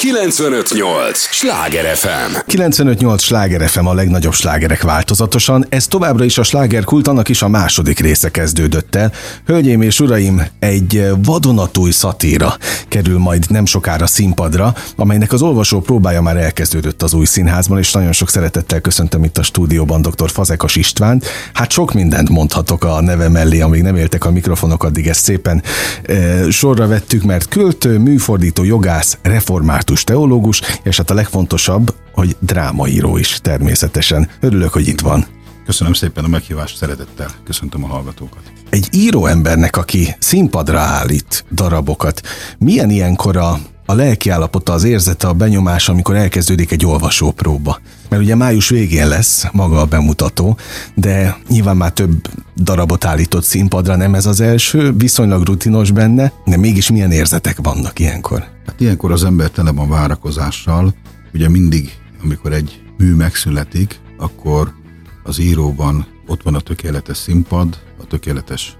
95.8 Sláger FM. 95.8 Sláger FM, a legnagyobb slágerek változatosan. Ez továbbra is a slágerkult, annak is a második része kezdődött el. Hölgyeim és uraim, egy vadonatúj szatíra kerül majd nem sokára színpadra, amelynek az olvasó próbája már elkezdődött az Új Színházban, és nagyon sok szeretettel köszöntöm itt a stúdióban dr. Fazekas Istvánt. Hát sok mindent mondhatok a neve mellé, amíg nem éltek a mikrofonok, addig ezt szépen sorra vettük, mert költő, műfordító, jogász, református teológus, és hát a legfontosabb, hogy drámaíró is természetesen. Örülök, hogy itt van. Köszönöm szépen a meghívást, szeretettel köszöntöm a hallgatókat. Egy író embernek, aki színpadra állít darabokat, milyen ilyenkor a lelkiállapota, az érzete, a benyomás, amikor elkezdődik egy olvasópróba? Mert ugye május végén lesz maga a bemutató, de nyilván már több darabot állított színpadra, nem ez az első, viszonylag rutinos benne, de mégis milyen érzetek vannak ilyenkor? Hát ilyenkor az ember tele van várakozással. Ugye mindig, amikor egy mű megszületik, akkor az íróban ott van a tökéletes színpad, a tökéletes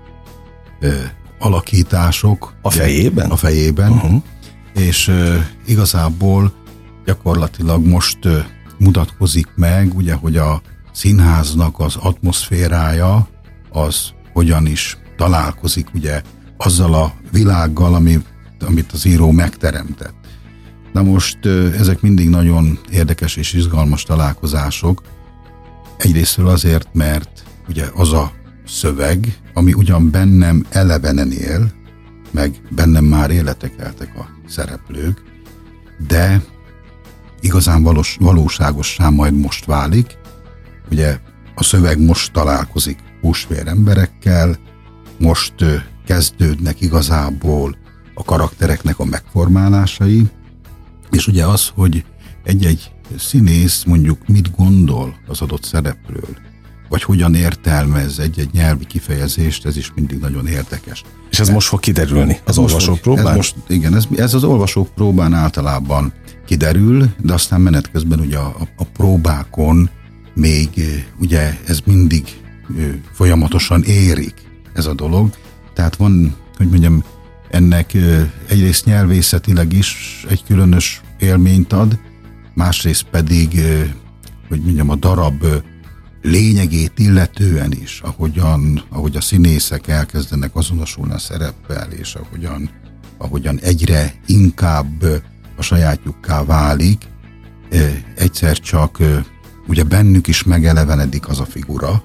alakítások. A fejében? A fejében. Uh-huh. És igazából gyakorlatilag most mutatkozik meg, ugye, hogy a színháznak az atmoszférája az hogyan is találkozik ugye azzal a világgal, amit az író megteremtett. Na most ezek mindig nagyon érdekes és izgalmas találkozások. Egyrésztről azért, mert ugye az a szöveg, ami ugyan bennem elevenen él, meg bennem már életek eltek a szereplők, de igazán valóságossá majd most válik. Ugye a szöveg most találkozik húsvér emberekkel, most kezdődnek igazából a karaktereknek a megformálásai, és ugye az, hogy egy-egy színész mondjuk mit gondol az adott szereplőről, vagy hogyan értelmez egy-egy nyelvi kifejezést, ez is mindig nagyon érdekes. És ez most fog kiderülni az olvasók próbán? Ez az olvasók próbán általában kiderül, de aztán menet közben ugye a próbákon még ugye ez mindig folyamatosan érik ez a dolog. Tehát van, hogy mondjam, ennek egyrészt nyelvészetileg is egy különös élményt ad, másrészt pedig, hogy mondjam, a darab lényegét illetően is, ahogy a színészek elkezdenek azonosulni a szereppel, és ahogyan egyre inkább a sajátjukká válik, egyszer csak ugye bennük is megelevenedik az a figura,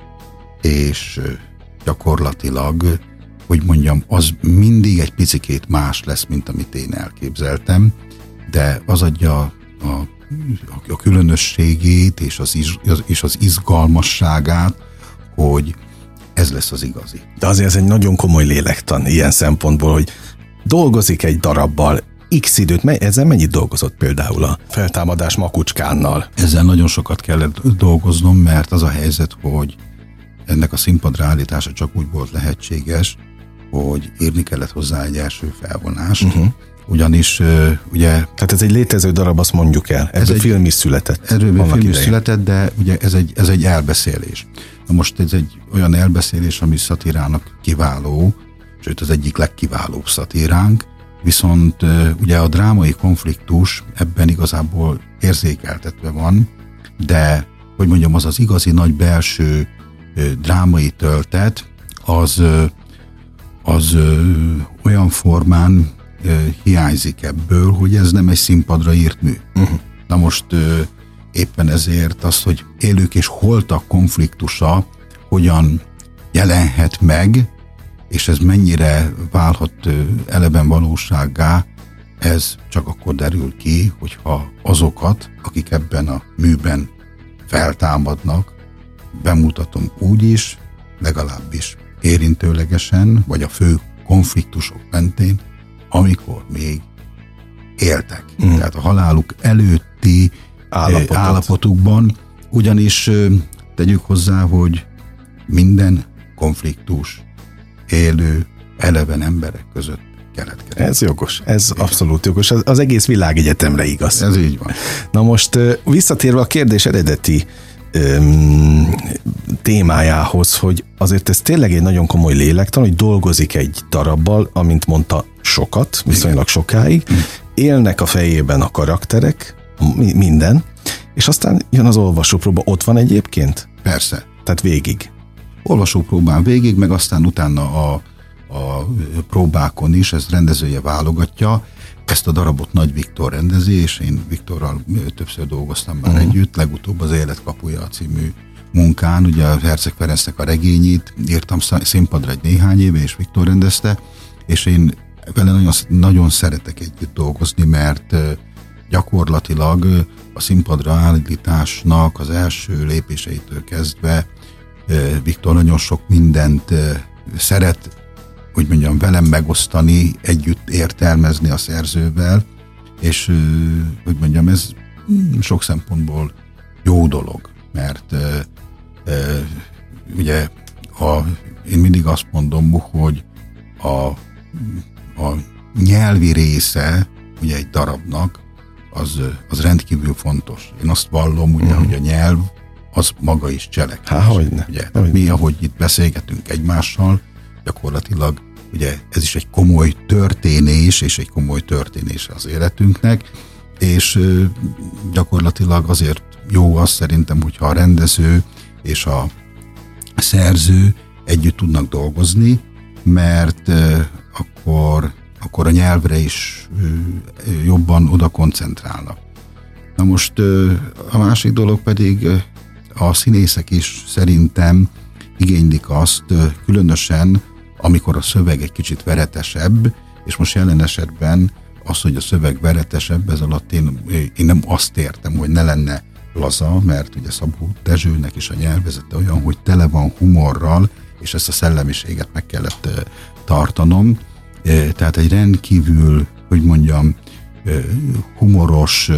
és gyakorlatilag, hogy mondjam, az mindig egy picikét más lesz, mint amit én elképzeltem, de az adja a különösségét és az izgalmasságát, hogy ez lesz az igazi. De azért ez egy nagyon komoly lélektan ilyen szempontból, hogy dolgozik egy darabbal x időt, ezzel mennyit dolgozott például a Feltámadás Makucskánnal? Ezzel nagyon sokat kellett dolgoznom, mert az a helyzet, hogy ennek a színpadra állítása csak úgy volt lehetséges, hogy írni kellett hozzá egy első felvonást, ugyanis ugye... Tehát ez egy létező darab, azt mondjuk el. Ebből film is született. Erről film is született, de ugye ez egy elbeszélés. Na most ez egy olyan elbeszélés, ami szatírának kiváló, sőt az egyik legkiválóbb szatíránk, viszont ugye a drámai konfliktus ebben igazából érzékeltetve van, de, hogy mondjam, az igazi nagy belső drámai töltet, az olyan formán hiányzik ebből, hogy ez nem egy színpadra írt mű. Na most éppen ezért az, hogy élők és holtak konfliktusa hogyan jelenhet meg, és ez mennyire válhat eleben valósággá, ez csak akkor derül ki, hogyha azokat, akik ebben a műben feltámadnak, bemutatom úgy is, legalábbis érintőlegesen, vagy a fő konfliktusok mentén, amikor még éltek. Tehát a haláluk előtti állapotukban, ugyanis tegyük hozzá, hogy minden konfliktus élő, eleven emberek között keletkezik. Ez jogos, ez abszolút jogos, az egész világegyetemre igaz. Ez így van. Na most visszatérve a kérdés eredeti témájához, hogy azért ez tényleg egy nagyon komoly lélektan, hogy dolgozik egy darabbal, amint mondta, sokat, viszonylag sokáig, élnek a fejében a karakterek, minden, és aztán jön az olvasópróba. Ott van egyébként? Persze. Tehát végig. Olvasópróbán végig, meg aztán utána a próbákon is, ez rendezője válogatja. Ezt a darabot Nagy Viktor rendezi, és én Viktorral többször dolgoztam már együtt, legutóbb az Élet kapuja című munkán, ugye a Herceg Ferencnek a regényét írtam színpadra egy néhány éve, és Viktor rendezte, és én vele nagyon, nagyon szeretek együtt dolgozni, mert gyakorlatilag a színpadra állításnak az első lépéseitől kezdve Viktor nagyon sok mindent szeret, hogy mondjam, velem megosztani, együtt értelmezni a szerzővel, és hogy mondjam, ez sok szempontból jó dolog, mert ugye én mindig azt mondom, hogy a nyelvi része ugye egy darabnak az rendkívül fontos. Én azt vallom, ugye, hogy a nyelv az maga is cselekvés. Hogyne. Ugye, mi, ahogy itt beszélgetünk egymással, gyakorlatilag ugye ez is egy komoly történés, és egy komoly történés az életünknek, és gyakorlatilag azért jó az szerintem, hogyha a rendező és a szerző együtt tudnak dolgozni, mert akkor a nyelvre is jobban oda koncentrálnak. Na most a másik dolog pedig a színészek is szerintem igénylik azt, különösen amikor a szöveg egy kicsit veretesebb, és most jelen esetben az, hogy a szöveg veretesebb, ez alatt én nem azt értem, hogy ne lenne laza, mert ugye Szabó Dezsőnek is a nyelvezete olyan, hogy tele van humorral, és ezt a szellemiséget meg kellett tartanom. Tehát egy rendkívül, hogy mondjam, humoros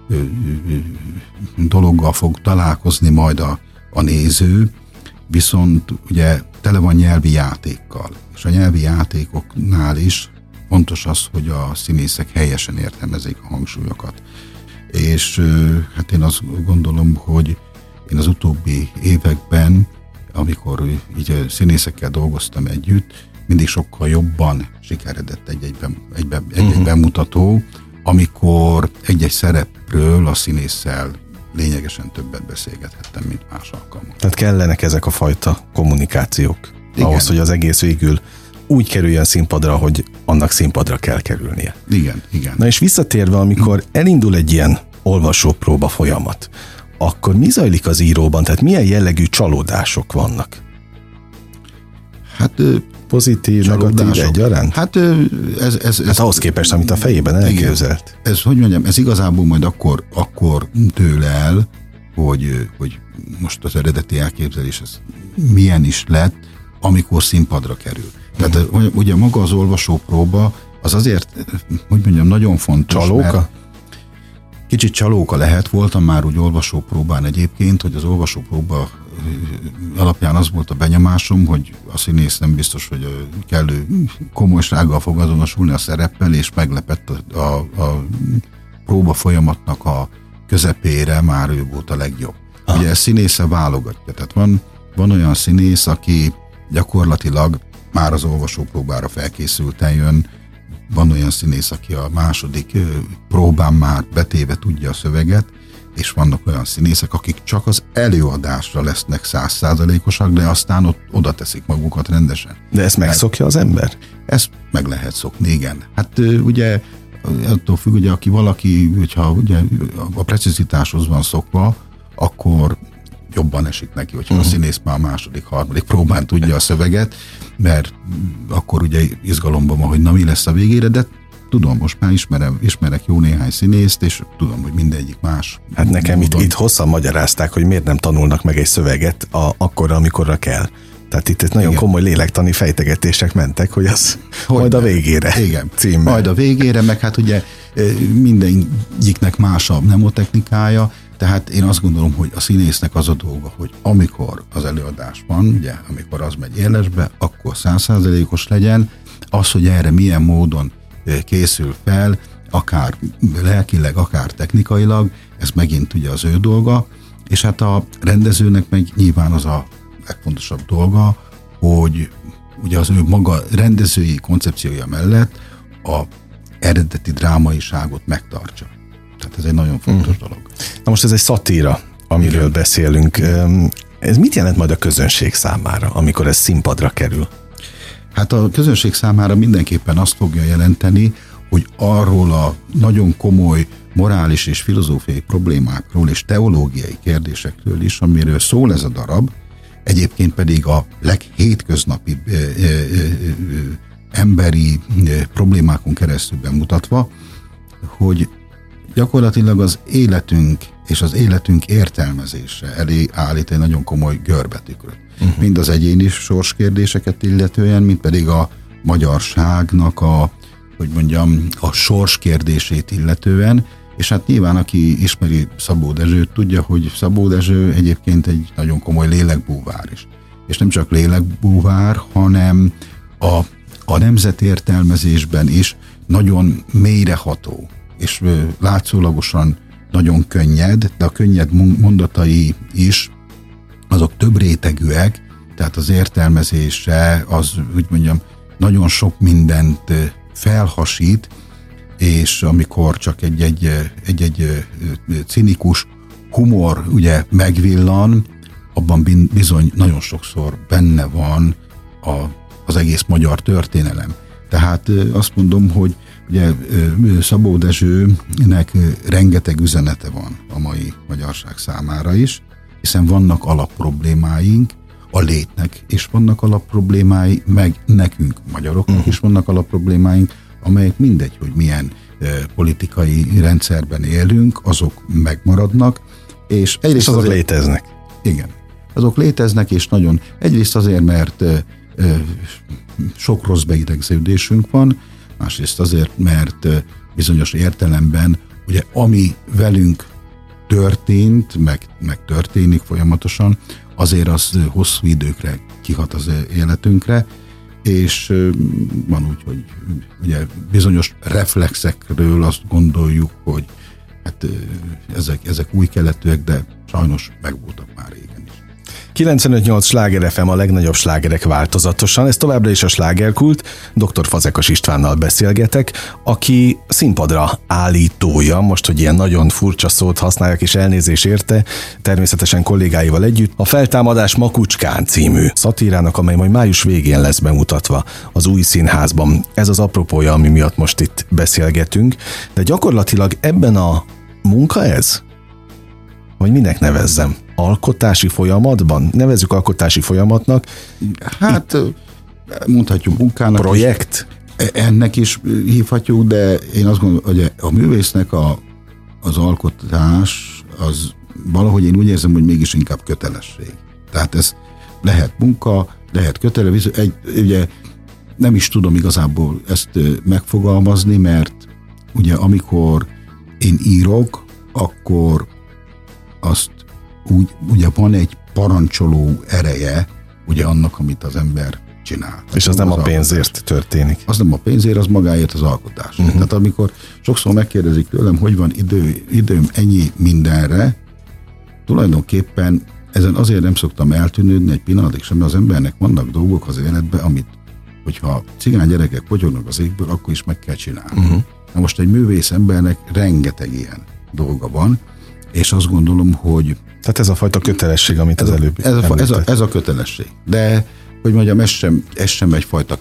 dologgal fog találkozni majd a néző, viszont ugye tele van nyelvi játékkal, és a nyelvi játékoknál is fontos az, hogy a színészek helyesen értelmezik a hangsúlyokat. És hát én azt gondolom, hogy én az utóbbi években, amikor így színészekkel dolgoztam együtt, mindig sokkal jobban sikeredett egy-egy bemutató, amikor egy-egy szerepről a színésszel lényegesen többet beszélgethettem, mint más alkalommal. Tehát kellenek ezek a fajta kommunikációk. Igen. Ahhoz, hogy az egész végül úgy kerüljön színpadra, hogy annak színpadra kell kerülnie. Igen, igen. Na és visszatérve, amikor elindul egy ilyen olvasópróba folyamat, akkor mi zajlik az íróban? Tehát milyen jellegű csalódások vannak? Hát pozitív, negatív egyaránt? Hát ez ahhoz képest, amit a fejében elképzelt. Igen. Ez, hogy mondjam, ez igazából majd akkor dől el, hogy most az eredeti elképzelés ez milyen is lett, amikor színpadra kerül. Tehát ugye maga az olvasópróba az azért, hogy mondjam, nagyon fontos. Csalóka? Mert kicsit csalóka lehet, voltam már úgy olvasópróbán egyébként, hogy az olvasópróba alapján az volt a benyomásom, hogy a színész nem biztos, hogy kellő komolysággal fog azonosulni a szereppel, és meglepett a próba folyamatnak a közepére már ő volt a legjobb. Ugye ez színésze válogatja, tehát van olyan színész, aki gyakorlatilag már az olvasópróbára felkészülten jön, van olyan színész, aki a második próbán már betéve tudja a szöveget, és vannak olyan színészek, akik csak az előadásra lesznek 100%-osak, de aztán ott oda teszik magukat rendesen. De ezt megszokja az ember? Ezt meg lehet szokni, igen. Hát ugye attól függ, ugye hogyha ugye a precizitáshoz van szokva, akkor jobban esik neki, hogyha a színész már a második, harmadik próbán tudja a szöveget, mert akkor ugye izgalomban van, hogy na mi lesz a végére, de tudom, most már ismerek jó néhány színészt, és tudom, hogy mindegyik más. Hát nekem itt hosszan magyarázták, hogy miért nem tanulnak meg egy szöveget akkorra, amikorra kell. Tehát itt nagyon komoly lélektani fejtegetések mentek, hogy az majd a végére. Igen, majd a végére, meg hát ugye mindegyiknek más a mnemotechnikája, tehát én azt gondolom, hogy a színésznek az a dolga, hogy amikor az előadás van, ugye, amikor az megy élesbe, akkor 100%-os legyen. Az, hogy erre milyen módon készül fel, akár lelkileg, akár technikailag, ez megint ugye az ő dolga, és hát a rendezőnek meg nyilván az a legfontosabb dolga, hogy ugye az ő maga rendezői koncepciója mellett eredeti drámaiságot megtartsa. Tehát ez egy nagyon fontos dolog. Na most ez egy szatíra, amiről beszélünk. Ez mit jelent majd a közönség számára, amikor ez színpadra kerül? Hát a közönség számára mindenképpen azt fogja jelenteni, hogy arról a nagyon komoly morális és filozófiai problémákról és teológiai kérdésekről is, amiről szól ez a darab, egyébként pedig a leghétköznapi emberi problémákon keresztül bemutatva, hogy gyakorlatilag az életünk és az életünk értelmezése elé állít egy nagyon komoly görbetükröt. Mind az egyéni sorskérdéseket illetően, mind pedig a magyarságnak a sorskérdését illetően, és hát nyilván aki ismeri Szabó Dezsőt, tudja, hogy Szabó Dezső egyébként egy nagyon komoly lélekbúvár is. És nem csak lélekbúvár, hanem a nemzetértelmezésben is nagyon mélyreható, és látszólagosan nagyon könnyed, de a könnyed mondatai is, azok több rétegűek, tehát az értelmezése az, úgy mondjam, nagyon sok mindent felhasít, és amikor csak egy cinikus humor ugye megvillan, abban bizony nagyon sokszor benne van az egész magyar történelem. Tehát azt mondom, hogy ugye Szabó Dezsőnek rengeteg üzenete van a mai magyarság számára is, hiszen vannak alapproblémáink, a létnek is vannak alapproblémái, meg nekünk, magyaroknak is vannak alapproblémáink, amelyek mindegy, hogy milyen politikai rendszerben élünk, azok megmaradnak, és egyrészt azok léteznek. Igen. Azok léteznek, és nagyon egyrészt azért, mert sok rossz beidegződésünk van, másrészt azért, mert bizonyos értelemben ugye ami velünk történt, meg történik folyamatosan, azért az hosszú időkre kihat az életünkre, és van úgy, hogy ugye bizonyos reflexekről azt gondoljuk, hogy hát ezek új keletűek, de sajnos megvoltak már régen is. 95.8 Sláger FM, a legnagyobb slágerek változatosan. Ez továbbra is a Slágerkult. Dr. Fazekas Istvánnal beszélgetek, aki színpadra állítója, most, hogy ilyen nagyon furcsa szót használják és elnézés érte, természetesen kollégáival együtt, a Feltámadás Makucskán című szatírának, amely majd május végén lesz bemutatva az Új Színházban. Ez az apropója, ami miatt most itt beszélgetünk, de gyakorlatilag ebben a munka ez? Vagy minek nevezzem? Alkotási folyamatban? Nevezzük alkotási folyamatnak. Hát mondhatjuk munkának. Projekt? Ennek is hívhatjuk, de én azt gondolom, hogy a művésznek az alkotás, az valahogy én úgy érzem, hogy mégis inkább kötelesség. Tehát ez lehet munka, lehet kötelező. Ugye nem is tudom igazából ezt megfogalmazni, mert ugye amikor én írok, akkor azt úgy, ugye van egy parancsoló ereje, ugye annak, amit az ember csinál. És az nem a pénzért történik. Az nem a pénzért, az magáért az alkotás. Tehát amikor sokszor megkérdezik tőlem, hogy van időm ennyi mindenre, tulajdonképpen ezen azért nem szoktam eltűnődni egy pillanatig sem, mert az embernek vannak dolgok az életben, amit, hogyha cigány gyerekek potyognak az égből, akkor is meg kell csinálni. Na most egy művész embernek rengeteg ilyen dolga van, és azt gondolom, hogy... Tehát ez a fajta kötelesség, amit az előbb ez a kötelesség. De, hogy mondjam, ez sem egyfajta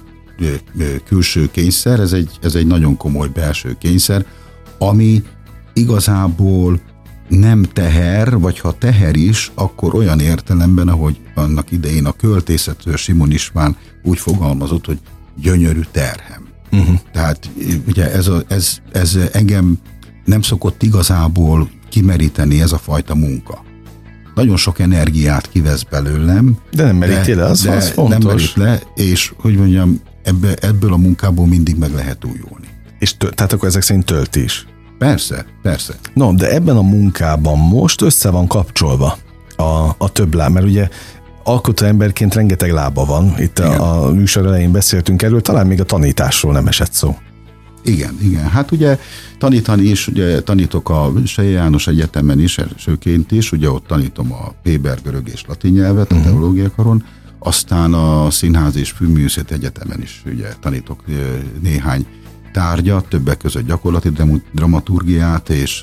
külső kényszer, ez egy nagyon komoly belső kényszer, ami igazából nem teher, vagy ha teher is, akkor olyan értelemben, ahogy annak idején a költészetről Simon István úgy fogalmazott, hogy gyönyörű terhem. Tehát ugye ez engem nem szokott igazából kimeríteni ez a fajta munka. Nagyon sok energiát kivesz belőlem. De nem meríti le, az fontos. Nem merít le, és hogy mondjam, ebből a munkából mindig meg lehet újulni. És tehát akkor ezek szerint tölt is? Persze. No, de ebben a munkában most össze van kapcsolva a több láb, mert ugye alkotó emberként rengeteg lába van. Itt a műsor elején beszéltünk erről, talán még a tanításról nem esett szó. Igen. Hát ugye tanítani is, ugye tanítok a Selye János Egyetemen is, elsőként is, ugye ott tanítom a Péber görög és latin nyelvet a teológia karon, aztán a Színház és Filmművészeti Egyetemen is ugye tanítok néhány tárgyat, többek között gyakorlati dramaturgiát és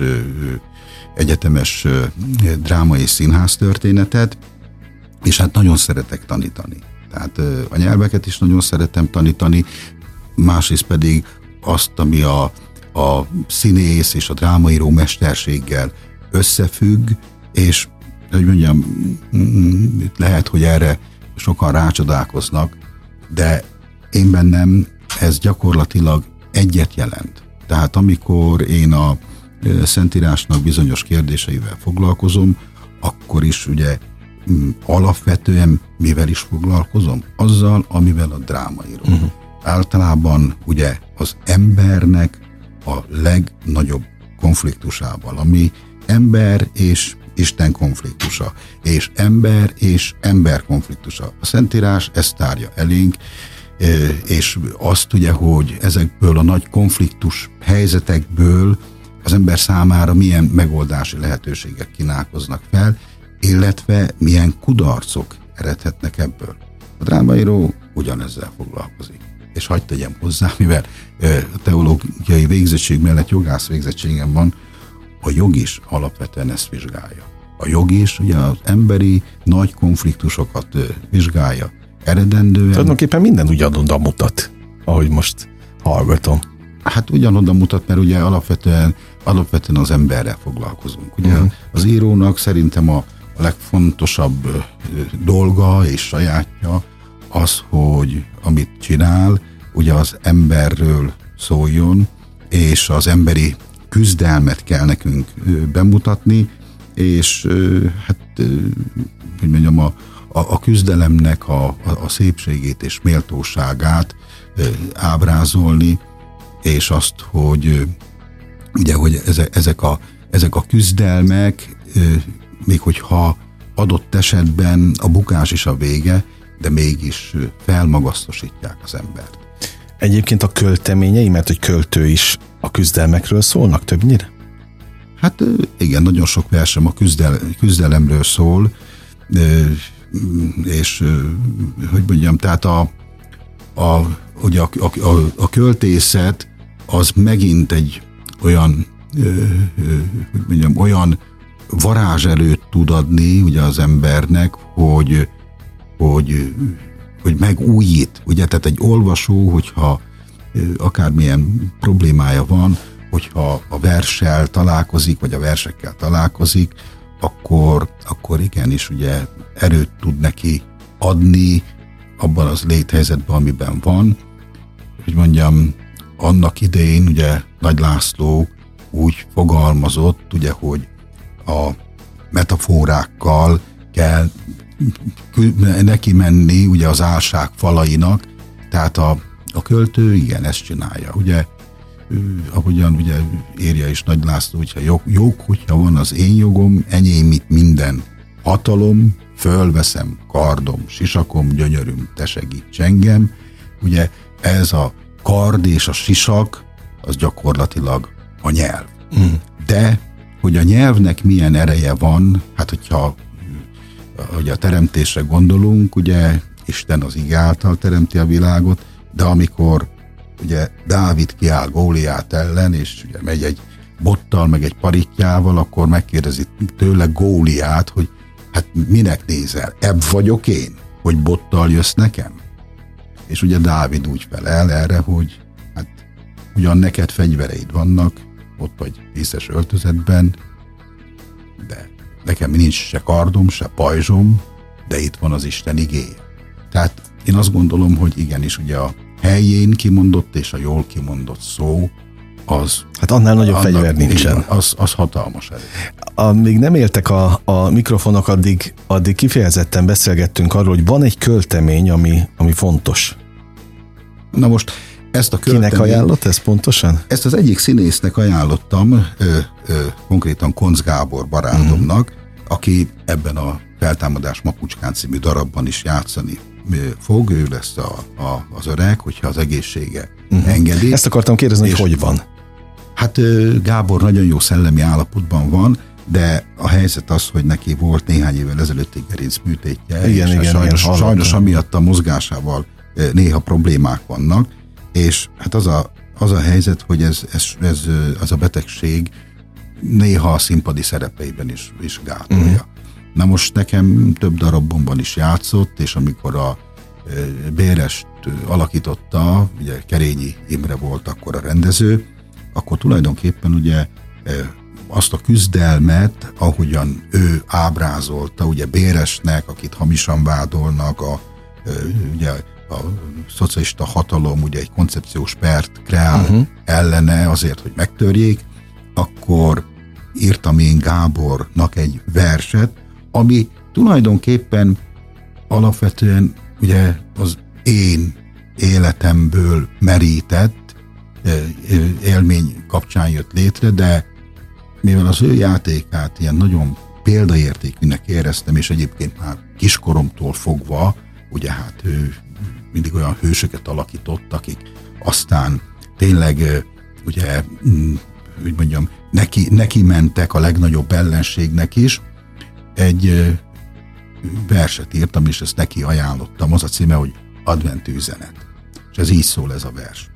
egyetemes dráma és színház történetet, és hát nagyon szeretek tanítani. Tehát a nyelveket is nagyon szeretem tanítani, másrészt pedig azt, ami a színész és a drámaíró mesterséggel összefügg, és hogy mondjam, lehet, hogy erre sokan rácsodálkoznak, de én bennem ez gyakorlatilag egyet jelent. Tehát amikor én a Szentírásnak bizonyos kérdéseivel foglalkozom, akkor is ugye alapvetően mivel is foglalkozom? Azzal, amivel a drámaíró. Általában ugye az embernek a legnagyobb konfliktusával, ami ember és Isten konfliktusa, és ember és ember konfliktusa. A Szentírás ezt tárja elénk, és azt ugye, hogy ezekből a nagy konfliktus helyzetekből az ember számára milyen megoldási lehetőségek kínálkoznak fel, illetve milyen kudarcok eredhetnek ebből. A drámaíró ugyanezzel foglalkozik. És hadd tegyem hozzá, mivel a teológiai végzettség mellett jogász végzettségem van, a jog is alapvetően ezt vizsgálja. A jog is ugye az emberi nagy konfliktusokat vizsgálja. Eredendően... Tulajdonképpen minden ugyanoda mutat, ahogy most hallgatom. Hát ugyanoda mutat, mert ugye alapvetően az emberrel foglalkozunk. Ugye az írónak szerintem a legfontosabb dolga és sajátja az, hogy amit csinál, ugye az emberről szóljon, és az emberi küzdelmet kell nekünk bemutatni, és hát, hogy mondjam, a küzdelemnek a szépségét és méltóságát ábrázolni, és azt, hogy ugye, hogy ezek a küzdelmek, még hogyha adott esetben a bukás is a vége, de mégis felmagasztosítják az embert. Egyébként a költeményei, mert hogy költő is a küzdelmekről szólnak többnyire? Hát igen, nagyon sok versem a küzdelemről szól, és hogy mondjam, tehát ugye a költészet az megint egy olyan, hogy mondjam, olyan varázserőt tud adni ugye az embernek, hogy megújít. Ugye, tehát egy olvasó, hogyha akármilyen problémája van, hogyha a verssel találkozik, vagy a versekkel találkozik, akkor igenis ugye erőt tud neki adni abban az léthelyzetben, amiben van. Hogy mondjam, annak idején ugye Nagy László úgy fogalmazott, ugye, hogy a metaforákkal kell neki menni ugye az álság falainak, tehát a költő igen, ezt csinálja. Ugye, ahogyan ugye írja is Nagy László, hogyha hogyha van az én jogom, enyém itt minden hatalom, fölveszem kardom, sisakom, gyönyörűm, te segíts engem. Ugye ez a kard és a sisak, az gyakorlatilag a nyelv. De, hogy a nyelvnek milyen ereje van, hát hogyha hogy a teremtésre gondolunk, ugye Isten az ige által teremti a világot, de amikor ugye Dávid kiáll Góliát ellen, és ugye megy egy bottal, meg egy paritjával, akkor megkérdezi tőle Góliát, hogy hát minek nézel? Ebb vagyok én, hogy bottal jössz nekem? És ugye Dávid úgy felel erre, hogy hát ugyan neked fegyvereid vannak, ott vagy díszes öltözetben, de nekem nincs se kardom, se pajzsom, de itt van az Isten igéje. Tehát én azt gondolom, hogy igenis ugye a helyén kimondott és a jól kimondott szó, az... Hát annál nagyobb fegyver nincsen. Az hatalmas erő. Amíg nem éltek a mikrofonok, addig kifejezetten beszélgettünk arról, hogy van egy költemény, ami fontos. Na most ezt a költemény... Kinek ajánlott ez pontosan? Ezt az egyik színésznek ajánlottam, konkrétan Koncz Gábor barátomnak, aki ebben a Feltámadás Mapucskán című darabban is játszani fog, ő lesz az öreg, hogyha az egészsége engedi. Ezt akartam kérdezni, hogy van? Hát Gábor nagyon jó szellemi állapotban van, de a helyzet az, hogy neki volt néhány évvel ezelőtt egy gerincműtétje, és sajnos amiatt a mozgásával néha problémák vannak, és hát az a az a helyzet, hogy ez a betegség néha a színpadi szerepeiben is gátolja. Na most nekem több darabomban is játszott, és amikor a Bérest alakította, ugye Kerényi Imre volt akkor a rendező, akkor tulajdonképpen ugye azt a küzdelmet, ahogyan ő ábrázolta, ugye Béresnek, akit hamisan vádolnak, ugye a szocialista hatalom ugye egy koncepciós pert kreál ellene azért, hogy megtörjék, akkor írtam én Gábornak egy verset, ami tulajdonképpen alapvetően ugye az én életemből merített élmény kapcsán jött létre, de mivel az ő játékát ilyen nagyon példaértékűnek éreztem, és egyébként már kiskoromtól fogva, ugye hát ő mindig olyan hősöket alakított, akik aztán tényleg ugye, úgy mondjam, neki mentek a legnagyobb ellenségnek is. Egy verset írtam, és ezt neki ajánlottam. Az a címe, hogy Advent üzenet. És ez így szól ez a vers.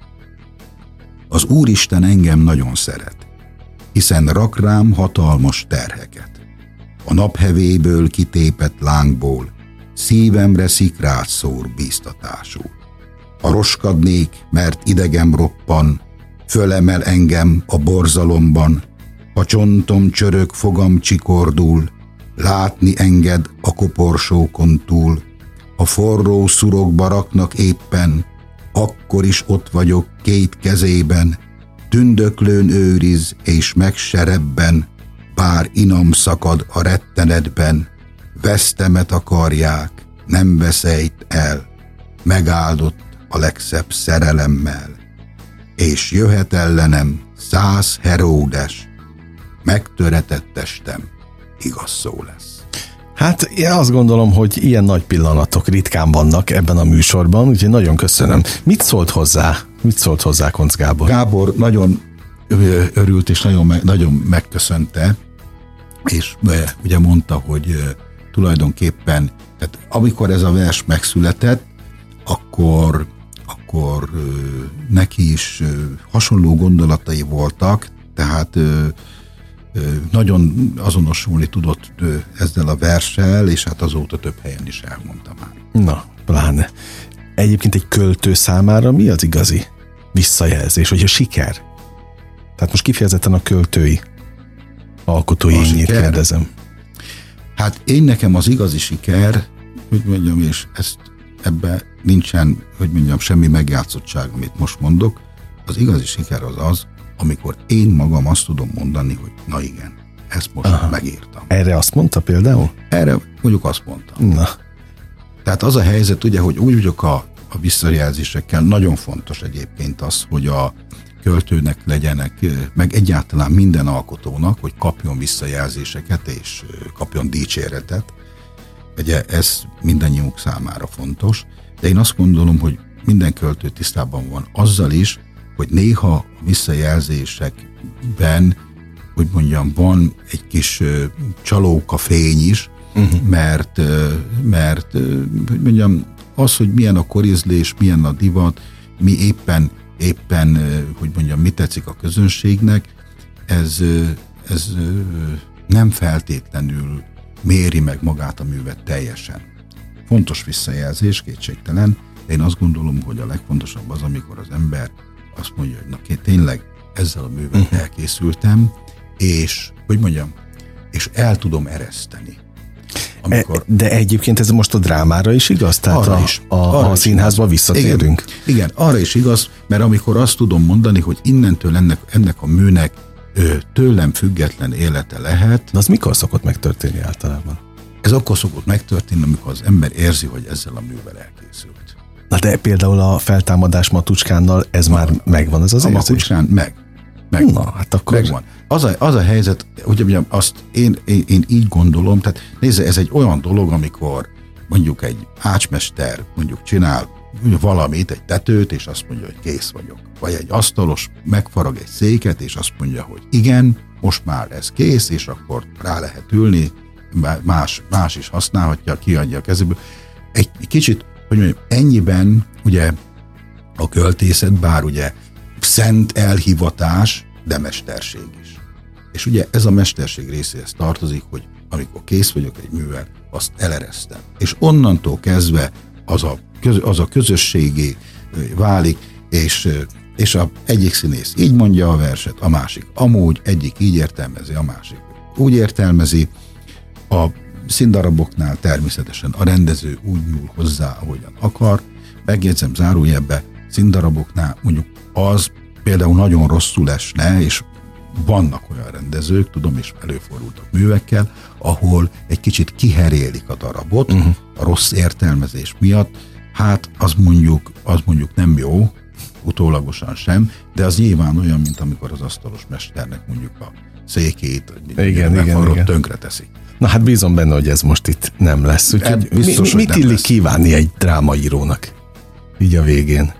Az Úristen engem nagyon szeret, hiszen rak rám hatalmas terheket. A naphevéből kitépett lángból szívemre szikrát szór bíztatásul. Ha roskadnék, mert idegem roppan, fölemel engem a borzalomban, ha csontom csörög, fogam csikordul, látni enged a koporsókon túl, ha forró szurokba raknak éppen, akkor is ott vagyok két kezében, tündöklőn őriz és megserebben, bár inam szakad a rettenetben, vesztemet akarják, nem veszejt el, megáldott a legszebb szerelemmel, és jöhet ellenem 100 Heródes, megtöretett testem, igaz szó lesz. Hát én azt gondolom, hogy ilyen nagy pillanatok ritkán vannak ebben a műsorban, úgyhogy nagyon köszönöm. Mit szólt hozzá Koncz Gábor? Gábor nagyon örült, és nagyon megköszönte, és ugye mondta, hogy tulajdonképpen, tehát amikor ez a vers megszületett, akkor neki is hasonló gondolatai voltak, tehát nagyon azonosulni tudott ezzel a verssel, és hát azóta több helyen is elmondta már. Na, pláne. Egyébként egy költő számára mi az igazi visszajelzés, vagy a siker? Tehát most kifejezetten a költői alkotói ényét kérdezem. Hát nekem az igazi siker, hogy mondjam, és ebben nincsen, hogy mondjam, semmi megjátszottság, amit most mondok, az igazi siker az, amikor én magam azt tudom mondani, hogy na igen, ezt most megírtam. Erre azt mondta például? Erre mondjuk azt mondtam. Na. Tehát az a helyzet ugye, hogy úgy vagyok a visszajelzésekkel, nagyon fontos egyébként az, hogy a költőnek legyenek, meg egyáltalán minden alkotónak, hogy kapjon visszajelzéseket és kapjon dicséretet. Ugye ez mindannyiunk számára fontos, de én azt gondolom, hogy minden költő tisztában van azzal is, hogy néha a visszajelzésekben, hogy mondjam, van egy kis csalóka fény is, mert hogy mondjam, az, hogy milyen a korizlés, milyen a divat, mi éppen hogy mondjam, mi tetszik a közönségnek, ez nem feltétlenül méri meg magát a művet teljesen. Fontos visszajelzés, kétségtelen, de én azt gondolom, hogy a legfontosabb az, amikor az ember azt mondja, hogy na, tényleg ezzel a művel elkészültem, és, hogy mondjam, és el tudom ereszteni. Amikor... De egyébként ez most a drámára is igaz? Tehát arra a színházba visszatérünk? Igen, arra is igaz, mert amikor azt tudom mondani, hogy innentől ennek a műnek tőlem független élete lehet. De az mikor szokott megtörténni általában? Ez akkor szokott megtörténni, amikor az ember érzi, hogy ezzel a művel elkészült. Na de például a Feltámadás Matucskánnal ez már megvan, ez az érzés? A Matucskán megvan. Na, hát akkor... Megvan. Az a helyzet, ugye azt én így gondolom, tehát nézze, ez egy olyan dolog, amikor mondjuk egy ácsmester mondjuk csinál valamit, egy tetőt, és azt mondja, hogy kész vagyok. Vagy egy asztalos megfarag egy széket, és azt mondja, hogy igen, most már ez kész, és akkor rá lehet ülni, más is használhatja, kiadja a kezéből. Egy kicsit, hogy mondjam, ennyiben ugye a költészet, bár ugye szent elhivatás, de mesterség is. És ugye ez a mesterség részéhez tartozik, hogy amikor kész vagyok egy művel, azt eleresztem. És onnantól kezdve az a közösségé válik, és egyik színész így mondja a verset, a másik amúgy, egyik így értelmezi, a másik úgy értelmezi. A színdaraboknál természetesen a rendező úgy nyúl hozzá, ahogyan akar. Megjegyzem zárójelbe, színdaraboknál mondjuk az például nagyon rosszul esne, és vannak olyan rendezők, tudom, és előfordultak művekkel, ahol egy kicsit kiherélik a darabot a rossz értelmezés miatt. Hát az mondjuk nem jó, utólagosan sem, de az nyilván olyan, mint amikor az asztalos mesternek mondjuk a székét, igen. tönkre teszik. Na hát bízom benne, hogy ez most itt nem lesz. Úgyhogy biztos, mit illik kívánni egy drámaírónak így a végén?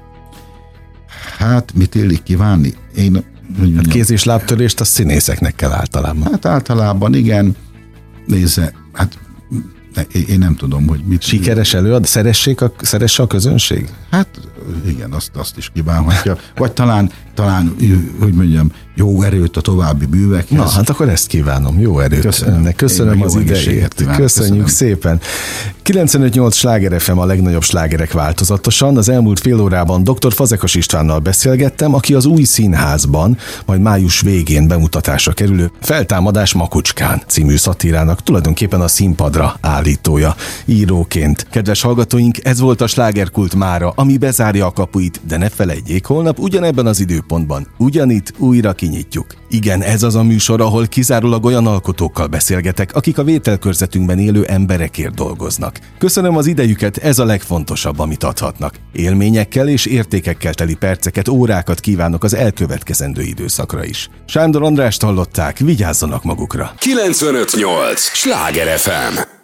Hát mit illik kívánni? Hát kéz- és lábtörést a színészeknek kell általában. Hát általában igen. Nézze, hát én nem tudom, hogy mit... Sikeres előad? Szeresse a közönség? Hát igen, azt is kívánhatja. Vagy talán, hogy mondjam, jó erőt a további művekhez. Na, hát akkor ezt kívánom. Jó erőt önnek. Köszönöm az idejét. Köszönjük szépen. 95.8 Sláger FM a legnagyobb slágerek változatosan. Az elmúlt fél órában dr. Fazekas Istvánnal beszélgettem, aki az Új Színházban, majd május végén bemutatásra kerülő Feltámadás Makocskán című szatírának tulajdonképpen a színpadra állítója íróként. Kedves hallgatóink, ez volt a Slágerkult mára, ami bezárja a kapuit, de ne felejtjék, holnap ugyanebben az időpontban, ugyanitt újra kinyitjuk. Igen, ez az a műsor, ahol kizárólag olyan alkotókkal beszélgetek, akik a vételkörzetünkben élő emberekért dolgoznak. Köszönöm az idejüket, ez a legfontosabb, amit adhatnak. Élményekkel és értékekkel teli perceket, órákat kívánok az elkövetkezendő időszakra is. Sándor Andrást hallották, vigyázzanak magukra! 95.8 Sláger FM